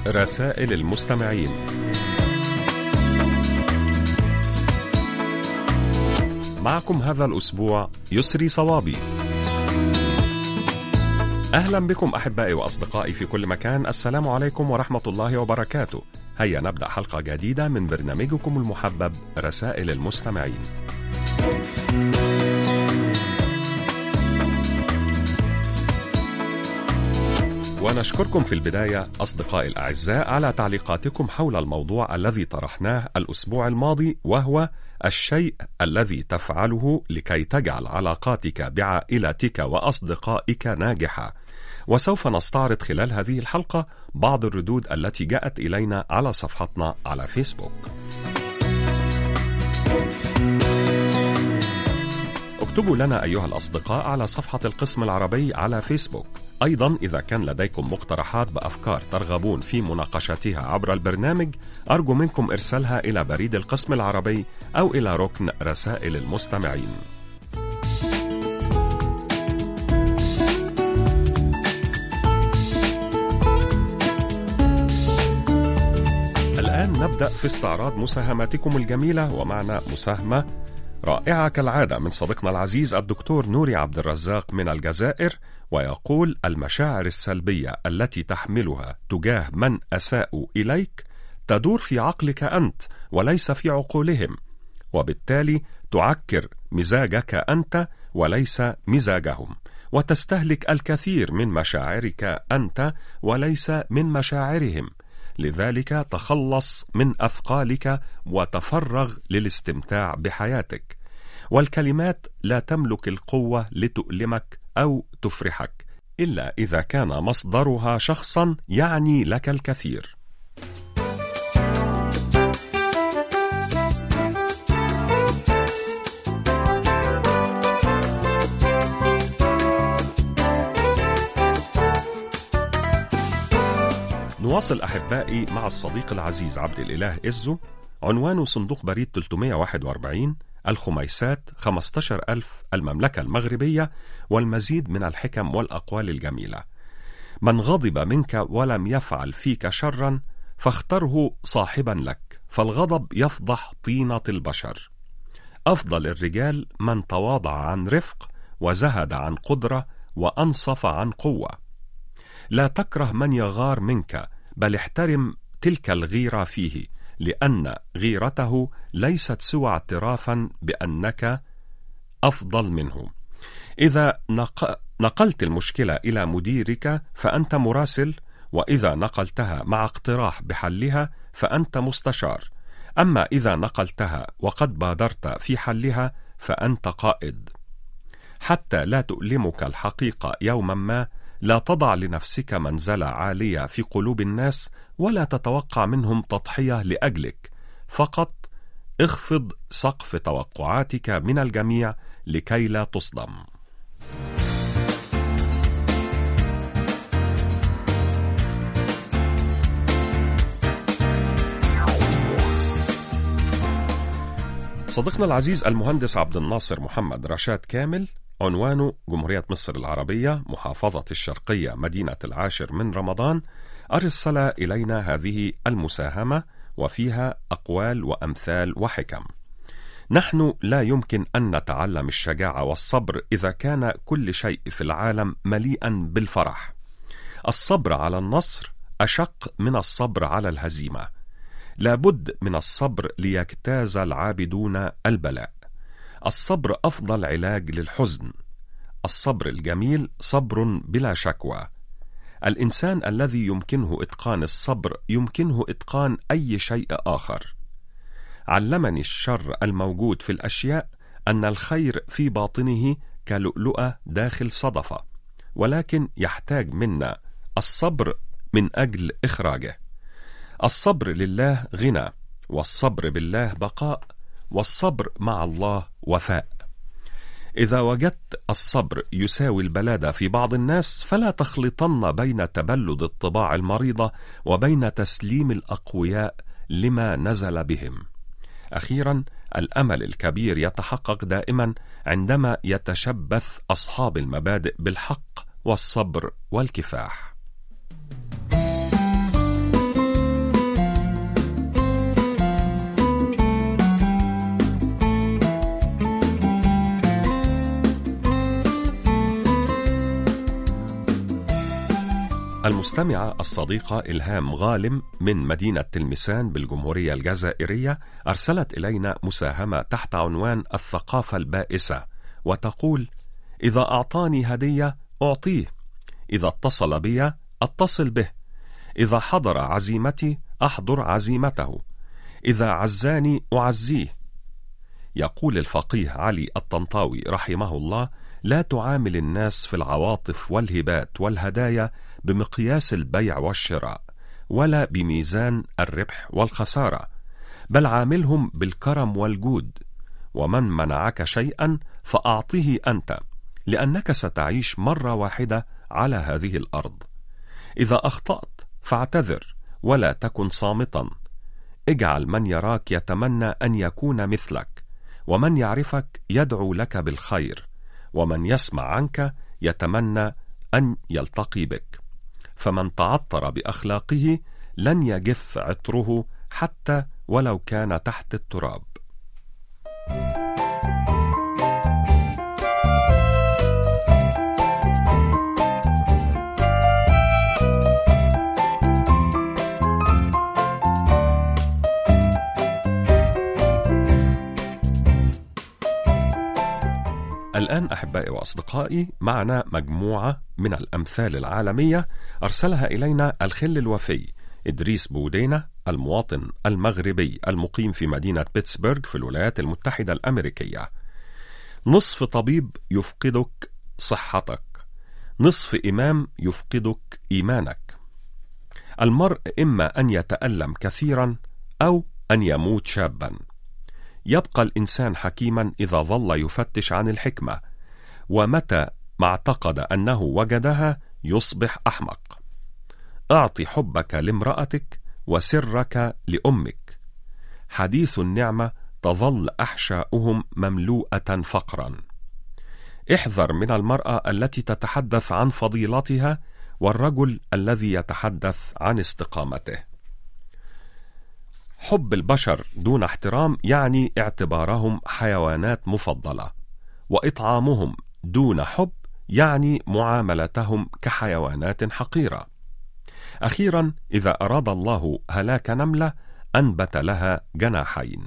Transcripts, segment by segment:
رسائل المستمعين. معكم هذا الأسبوع يسري صوابي. أهلا بكم أحبائي وأصدقائي في كل مكان. السلام عليكم ورحمة الله وبركاته. هيا نبدأ حلقة جديدة من برنامجكم المحبب رسائل المستمعين. ونشكركم في البداية أصدقائي الأعزاء على تعليقاتكم حول الموضوع الذي طرحناه الأسبوع الماضي، وهو الشيء الذي تفعله لكي تجعل علاقاتك بعائلتك وأصدقائك ناجحة. وسوف نستعرض خلال هذه الحلقة بعض الردود التي جاءت إلينا على صفحتنا على فيسبوك. اكتبوا لنا أيها الأصدقاء على صفحة القسم العربي على فيسبوك. أيضا إذا كان لديكم مقترحات بأفكار ترغبون في مناقشتها عبر البرنامج، أرجو منكم إرسالها إلى بريد القسم العربي أو إلى ركن رسائل المستمعين. الآن نبدأ في استعراض مساهماتكم الجميلة، ومعنا مساهمة رائعة كالعادة من صديقنا العزيز الدكتور نوري عبد الرزاق من الجزائر، ويقول: المشاعر السلبية التي تحملها تجاه من أساءوا إليك تدور في عقلك أنت وليس في عقولهم، وبالتالي تعكر مزاجك أنت وليس مزاجهم، وتستهلك الكثير من مشاعرك أنت وليس من مشاعرهم. لذلك تخلص من أثقالك وتفرغ للاستمتاع بحياتك. والكلمات لا تملك القوة لتؤلمك أو تفرحك إلا إذا كان مصدرها شخصا يعني لك الكثير. نواصل أحبائي مع الصديق العزيز عبد الإله إزو. عنوان صندوق بريد 341 الخميسات 15000 المملكة المغربية، والمزيد من الحكم والأقوال الجميلة. من غضب منك ولم يفعل فيك شرا فاختره صاحبا لك، فالغضب يفضح طينة البشر. أفضل الرجال من تواضع عن رفق وزهد عن قدرة وأنصف عن قوة. لا تكره من يغار منك، بل احترم تلك الغيرة فيه، لأن غيرته ليست سوى اعترافا بأنك أفضل منه. إذا نقلت المشكلة إلى مديرك فأنت مراسل، وإذا نقلتها مع اقتراح بحلها فأنت مستشار. أما إذا نقلتها وقد بادرت في حلها فأنت قائد. حتى لا تؤلمك الحقيقة يوما ما، لا تضع لنفسك منزلة عالية في قلوب الناس، ولا تتوقع منهم تضحية لأجلك. فقط اخفض سقف توقعاتك من الجميع لكي لا تصدم. صديقنا العزيز المهندس عبد الناصر محمد رشاد كامل، عنوانه جمهورية مصر العربية، محافظة الشرقية، مدينة 10 من رمضان، أرسل إلينا هذه المساهمة وفيها أقوال وأمثال وحكم. نحن لا يمكن أن نتعلم الشجاعة والصبر إذا كان كل شيء في العالم مليئا بالفرح. الصبر على النصر أشق من الصبر على الهزيمة. لابد من الصبر ليجتاز العابدون البلاء. الصبر أفضل علاج للحزن. الصبر الجميل صبر بلا شكوى. الإنسان الذي يمكنه إتقان الصبر يمكنه إتقان أي شيء آخر. علمني الشر الموجود في الأشياء أن الخير في باطنه كلؤلؤة داخل صدفة، ولكن يحتاج منا الصبر من أجل إخراجه. الصبر لله غنى، والصبر بالله بقاء، والصبر مع الله وفاء. إذا وجدت الصبر يساوي البلادة في بعض الناس، فلا تخلطن بين تبلد الطباع المريضة وبين تسليم الأقوياء لما نزل بهم. أخيرا، الأمل الكبير يتحقق دائما عندما يتشبث أصحاب المبادئ بالحق والصبر والكفاح. المستمعة الصديقة إلهام غالم من مدينة تلمسان بالجمهورية الجزائرية أرسلت إلينا مساهمة تحت عنوان الثقافة البائسة، وتقول: إذا أعطاني هدية أعطيه، إذا اتصل بي أتصل به، إذا حضر عزيمتي أحضر عزيمته، إذا عزاني أعزيه. يقول الفقيه علي الطنطاوي رحمه الله: لا تعامل الناس في العواطف والهبات والهدايا بمقياس البيع والشراء، ولا بميزان الربح والخسارة، بل عاملهم بالكرم والجود. ومن منعك شيئا فأعطه أنت، لأنك ستعيش مرة واحدة على هذه الأرض. إذا أخطأت فاعتذر ولا تكن صامتا. اجعل من يراك يتمنى أن يكون مثلك، ومن يعرفك يدعو لك بالخير، ومن يسمع عنك يتمنى أن يلتقي بك. فمن تعطر بأخلاقه لن يجف عطره حتى ولو كان تحت التراب. الآن أحبائي وأصدقائي معنا مجموعة من الأمثال العالمية أرسلها إلينا الخل الوفي إدريس بودينة، المواطن المغربي المقيم في مدينة بيتسبرغ في الولايات المتحدة الأمريكية. نصف طبيب يفقدك صحتك، نصف إمام يفقدك إيمانك. المرء إما أن يتألم كثيرا أو أن يموت شابا. يبقى الإنسان حكيما إذا ظل يفتش عن الحكمة، ومتى ما اعتقد أنه وجدها يصبح أحمق. أعطي حبك لامرأتك وسرك لأمك. حديث النعمة تظل أحشاؤهم مملوءة فقرا. احذر من المرأة التي تتحدث عن فضيلتها والرجل الذي يتحدث عن استقامته. حب البشر دون احترام يعني اعتبارهم حيوانات مفضلة، وإطعامهم دون حب يعني معاملتهم كحيوانات حقيرة. أخيرا، إذا أراد الله هلاك نملة أنبت لها جناحين.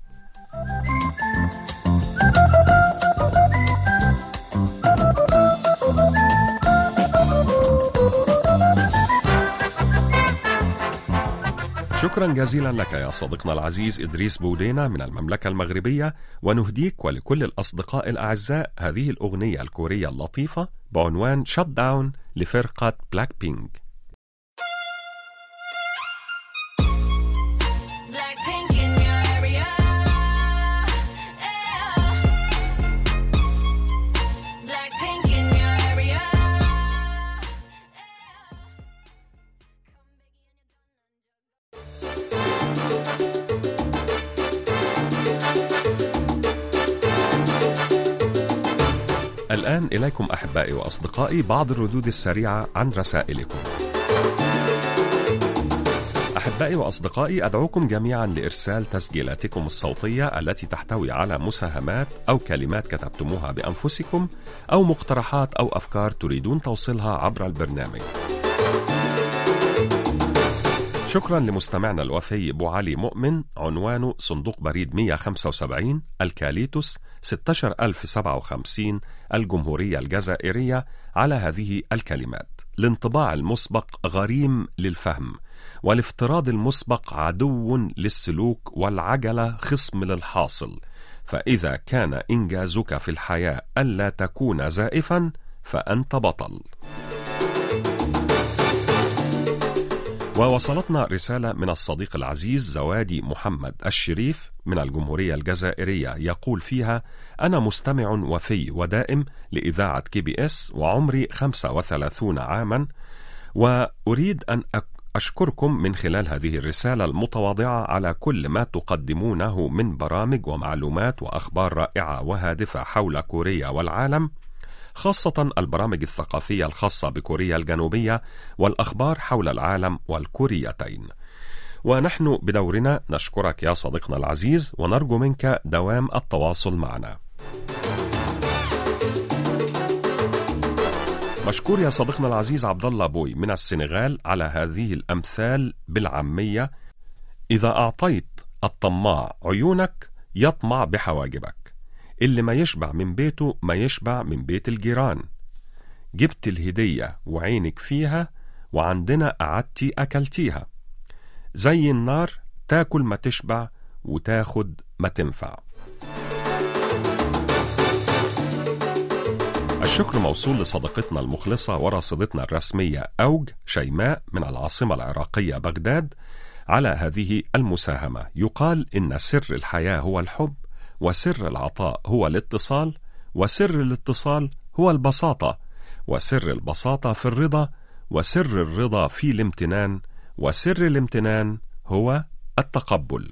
شكرا جزيلا لك يا صديقنا العزيز إدريس بودينة من المملكة المغربية، ونهديك ولكل الأصدقاء الأعزاء هذه الأغنية الكورية اللطيفة بعنوان شت داون لفرقة بلاك بينك. الآن إليكم أحبائي وأصدقائي بعض الردود السريعة عن رسائلكم. أحبائي وأصدقائي، أدعوكم جميعا لإرسال تسجيلاتكم الصوتية التي تحتوي على مساهمات أو كلمات كتبتموها بأنفسكم، أو مقترحات أو أفكار تريدون توصيلها عبر البرنامج. شكرا لمستمعنا الوفي أبو علي مؤمن، عنوانه صندوق بريد 175 الكاليتوس 16057 الجمهورية الجزائرية، على هذه الكلمات: الانطباع المسبق غريم للفهم، والافتراض المسبق عدو للسلوك، والعجلة خصم للحاصل، فإذا كان إنجازك في الحياة ألا تكون زائفا فأنت بطل. ووصلتنا رسالة من الصديق العزيز زوادي محمد الشريف من الجمهورية الجزائرية، يقول فيها: أنا مستمع وفي ودائم لإذاعة KBS، وعمري 35 عاما، وأريد أن أشكركم من خلال هذه الرسالة المتواضعة على كل ما تقدمونه من برامج ومعلومات وأخبار رائعة وهادفة حول كوريا والعالم، خاصة البرامج الثقافية الخاصة بكوريا الجنوبية والأخبار حول العالم والكوريتين. ونحن بدورنا نشكرك يا صديقنا العزيز، ونرجو منك دوام التواصل معنا. مشكور يا صديقنا العزيز عبد الله بوي من السنغال على هذه الأمثال بالعامية. إذا أعطيت الطماع عيونك يطمع بحواجبك، اللي ما يشبع من بيته ما يشبع من بيت الجيران. جبت الهدية وعينك فيها، وعندنا قعدتي أكلتيها. زي النار تاكل ما تشبع وتاخد ما تنفع. الشكر موصول لصديقتنا المخلصة ورصيدتنا الرسمية أوج شيماء من العاصمة العراقية بغداد على هذه المساهمة. يقال إن سر الحياة هو الحب، وسر العطاء هو الاتصال، وسر الاتصال هو البساطة، وسر البساطة في الرضا، وسر الرضا في الامتنان، وسر الامتنان هو التقبل.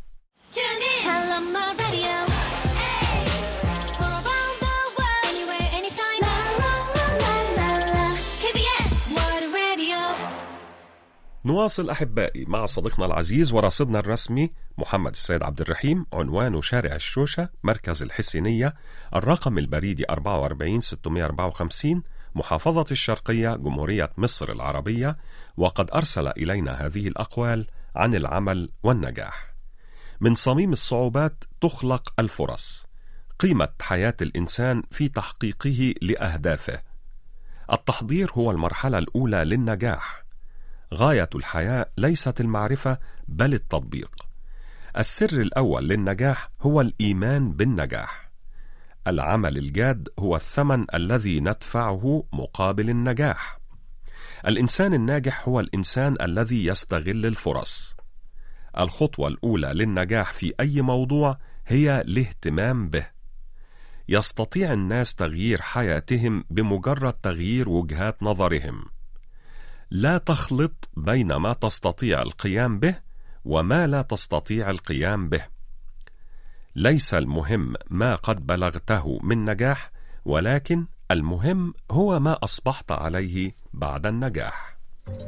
نواصل أحبائي مع صديقنا العزيز ورصيدنا الرسمي محمد السيد عبد الرحيم. عنوانه شارع الشوشة، مركز الحسينية، الرقم البريدي 44654، محافظة الشرقية، جمهورية مصر العربية. وقد أرسل إلينا هذه الأقوال عن العمل والنجاح. من صميم الصعوبات تخلق الفرص. قيمة حياة الإنسان في تحقيقه لأهدافه. التحضير هو المرحلة الأولى للنجاح. غاية الحياة ليست المعرفة بل التطبيق. السر الأول للنجاح هو الإيمان بالنجاح. العمل الجاد هو الثمن الذي ندفعه مقابل النجاح. الإنسان الناجح هو الإنسان الذي يستغل الفرص. الخطوة الأولى للنجاح في أي موضوع هي الاهتمام به. يستطيع الناس تغيير حياتهم بمجرد تغيير وجهات نظرهم. لا تخلط بين ما تستطيع القيام به وما لا تستطيع القيام به. ليس المهم ما قد بلغته من نجاح، ولكن المهم هو ما أصبحت عليه بعد النجاح.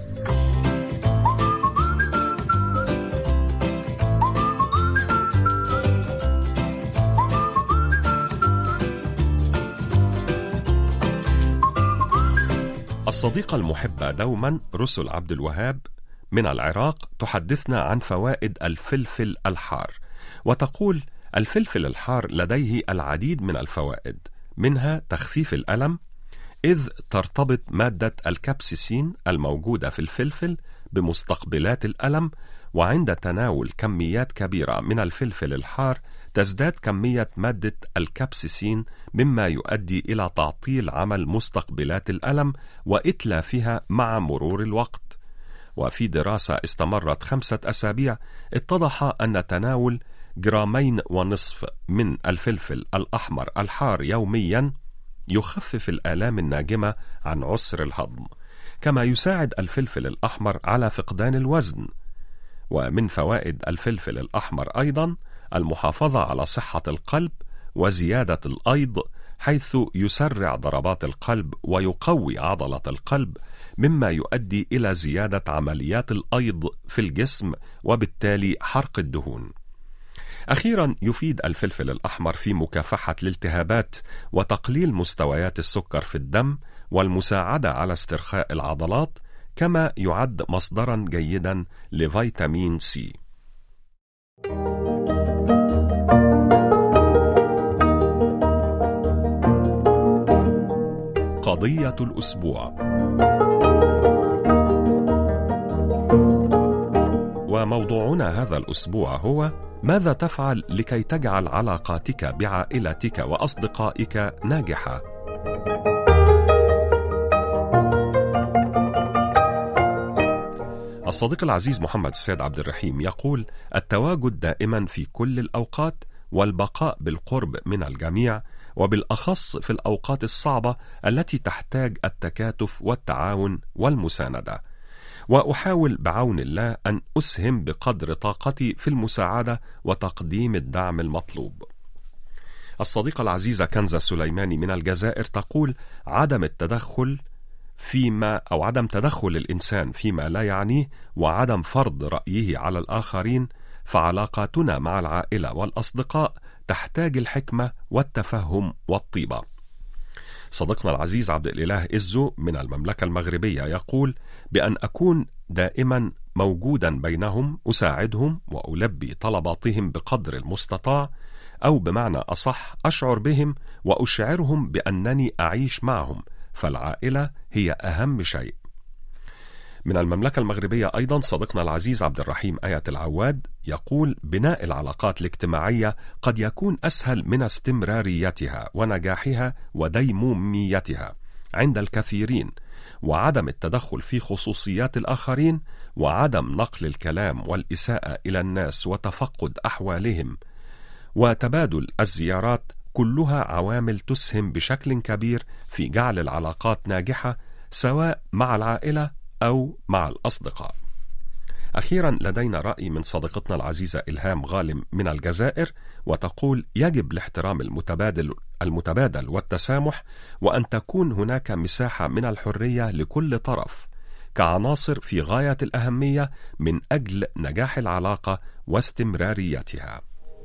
الصديقة المحبة دوما رسل عبد الوهاب من العراق تحدثنا عن فوائد الفلفل الحار، وتقول: الفلفل الحار لديه العديد من الفوائد، منها تخفيف الألم، إذ ترتبط مادة الكابسيسين الموجودة في الفلفل بمستقبلات الألم، وعند تناول كميات كبيرة من الفلفل الحار تزداد كمية مادة الكابسيسين، مما يؤدي إلى تعطيل عمل مستقبلات الألم وإتلافها مع مرور الوقت. وفي دراسة استمرت 5 أسابيع اتضح أن تناول 1.5 جرام من الفلفل الأحمر الحار يوميا يخفف الآلام الناجمة عن عسر الهضم، كما يساعد الفلفل الأحمر على فقدان الوزن. ومن فوائد الفلفل الأحمر أيضا المحافظة على صحة القلب وزيادة الأيض، حيث يسرع ضربات القلب ويقوي عضلة القلب، مما يؤدي إلى زيادة عمليات الأيض في الجسم وبالتالي حرق الدهون. أخيرا يفيد الفلفل الأحمر في مكافحة الالتهابات وتقليل مستويات السكر في الدم والمساعدة على استرخاء العضلات، كما يعد مصدرا جيدا لفيتامين سي. قضية الأسبوع. وموضوعنا هذا الأسبوع هو: ماذا تفعل لكي تجعل علاقاتك بعائلتك وأصدقائك ناجحة؟ الصديق العزيز محمد السيد عبد الرحيم يقول: التواجد دائما في كل الأوقات، والبقاء بالقرب من الجميع، وبالأخص في الأوقات الصعبة التي تحتاج التكاتف والتعاون والمساندة. وأحاول بعون الله أن أسهم بقدر طاقتي في المساعدة وتقديم الدعم المطلوب. الصديقة العزيزة كنزة سليماني من الجزائر تقول: عدم تدخل الإنسان فيما لا يعنيه، وعدم فرض رأيه على الآخرين، فعلاقاتنا مع العائلة والأصدقاء تحتاج الحكمة والتفهم والطيبة. صديقنا العزيز عبد الإله إزو من المملكة المغربية يقول بأن أكون دائما موجودا بينهم، أساعدهم وألبي طلباتهم بقدر المستطاع، أو بمعنى أصح أشعر بهم وأشعرهم بأنني أعيش معهم، فالعائلة هي أهم شيء. من المملكة المغربية أيضا صديقنا العزيز عبد الرحيم آية العواد يقول بناء العلاقات الاجتماعية قد يكون أسهل من استمراريتها ونجاحها وديموميتها عند الكثيرين، وعدم التدخل في خصوصيات الآخرين، وعدم نقل الكلام والإساءة إلى الناس وتفقد أحوالهم وتبادل الزيارات، كلها عوامل تسهم بشكل كبير في جعل العلاقات ناجحة سواء مع العائلة أو مع الأصدقاء. أخيرا لدينا رأي من صديقتنا العزيزة إلهام غالم من الجزائر، وتقول يجب الاحترام المتبادل والتسامح، وأن تكون هناك مساحة من الحرية لكل طرف كعناصر في غاية الأهمية من أجل نجاح العلاقة واستمراريتها.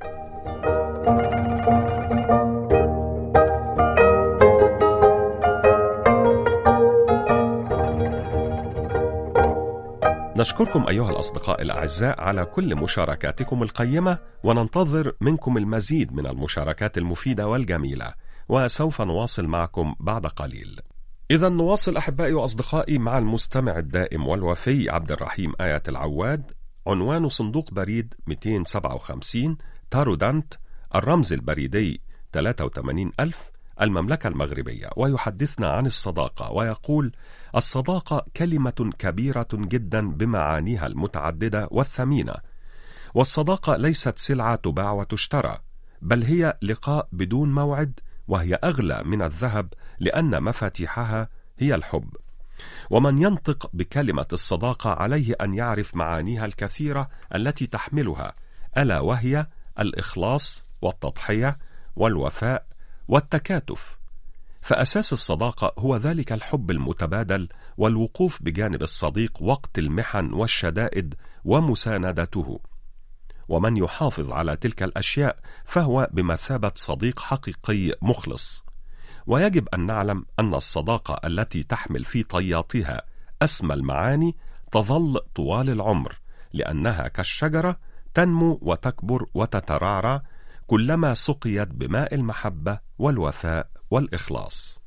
نشكركم أيها الأصدقاء الأعزاء على كل مشاركاتكم القيمة، وننتظر منكم المزيد من المشاركات المفيدة والجميلة، وسوف نواصل معكم بعد قليل. إذا نواصل أحبائي وأصدقائي مع المستمع الدائم والوفي عبد الرحيم آية العواد. عنوان صندوق بريد 257 تارودانت، الرمز البريدي 83,000، المملكة المغربية، ويحدثنا عن الصداقة ويقول الصداقة كلمة كبيرة جدا بمعانيها المتعددة والثمينة، والصداقة ليست سلعة تباع وتشترى، بل هي لقاء بدون موعد، وهي أغلى من الذهب لأن مفاتيحها هي الحب. ومن ينطق بكلمة الصداقة عليه أن يعرف معانيها الكثيرة التي تحملها، ألا وهي الإخلاص والتضحية والوفاء والتكاتف. فأساس الصداقة هو ذلك الحب المتبادل والوقوف بجانب الصديق وقت المحن والشدائد ومساندته، ومن يحافظ على تلك الأشياء فهو بمثابة صديق حقيقي مخلص. ويجب أن نعلم أن الصداقة التي تحمل في طياتها أسمى المعاني تظل طوال العمر، لأنها كالشجرة تنمو وتكبر وتترعرع كلما سقيت بماء المحبة والوفاء والإخلاص.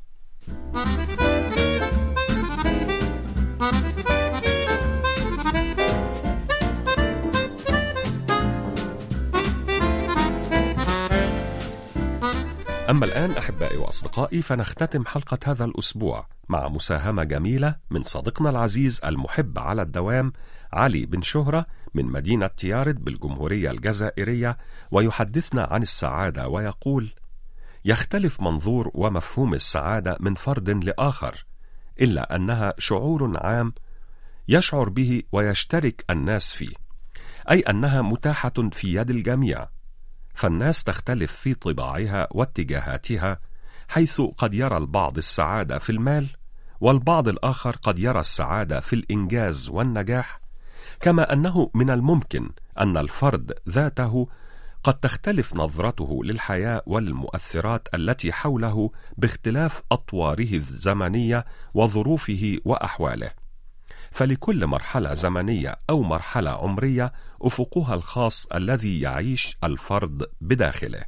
أما الآن أحبائي وأصدقائي فنختتم حلقة هذا الأسبوع مع مساهمة جميلة من صديقنا العزيز المحب على الدوام علي بن شهرة من مدينة تيارد بالجمهورية الجزائرية، ويحدثنا عن السعادة ويقول يختلف منظور ومفهوم السعادة من فرد لآخر، إلا أنها شعور عام يشعر به ويشترك الناس فيه، أي أنها متاحة في يد الجميع. فالناس تختلف في طباعها واتجاهاتها، حيث قد يرى البعض السعادة في المال، والبعض الآخر قد يرى السعادة في الإنجاز والنجاح، كما أنه من الممكن أن الفرد ذاته قد تختلف نظرته للحياة والمؤثرات التي حوله باختلاف أطواره الزمنية وظروفه وأحواله. فلكل مرحلة زمنية أو مرحلة عمرية أفقها الخاص الذي يعيش الفرد بداخله.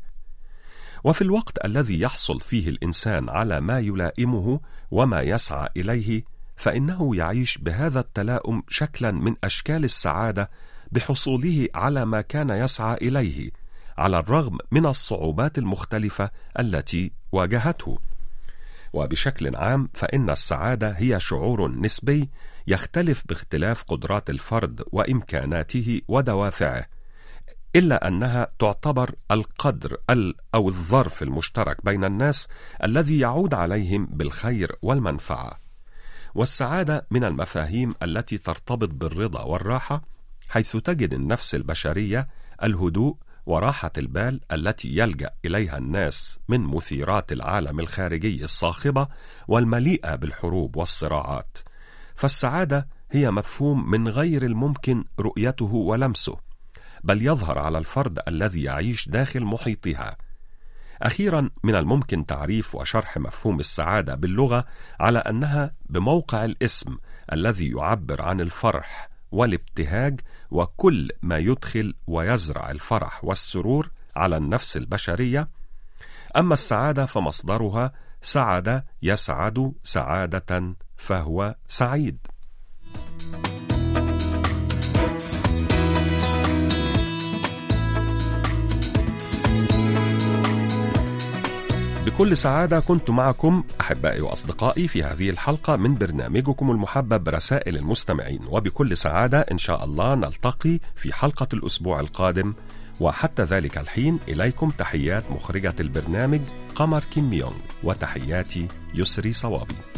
وفي الوقت الذي يحصل فيه الإنسان على ما يلائمه وما يسعى إليه، فإنه يعيش بهذا التلاؤم شكلا من أشكال السعادة بحصوله على ما كان يسعى إليه، على الرغم من الصعوبات المختلفة التي واجهته. وبشكل عام فإن السعادة هي شعور نسبي يختلف باختلاف قدرات الفرد وإمكاناته ودوافعه، إلا أنها تعتبر القدر أو الظرف المشترك بين الناس الذي يعود عليهم بالخير والمنفعة. والسعادة من المفاهيم التي ترتبط بالرضا والراحة، حيث تجد النفس البشرية الهدوء وراحة البال التي يلجأ إليها الناس من مثيرات العالم الخارجي الصاخبة والمليئة بالحروب والصراعات. فالسعادة هي مفهوم من غير الممكن رؤيته ولمسه، بل يظهر على الفرد الذي يعيش داخل محيطها. أخيرا، من الممكن تعريف وشرح مفهوم السعادة باللغة على أنها بموقع الاسم الذي يعبر عن الفرح والابتهاج وكل ما يدخل ويزرع الفرح والسرور على النفس البشرية. أما السعادة فمصدرها سعد يسعد سعادة، فهو سعيد. بكل سعادة كنت معكم أحبائي وأصدقائي في هذه الحلقة من برنامجكم المحبب رسائل المستمعين، وبكل سعادة إن شاء الله نلتقي في حلقة الأسبوع القادم، وحتى ذلك الحين إليكم تحيات مخرجة البرنامج قمر كيم يونغ، وتحياتي يسري صوابي.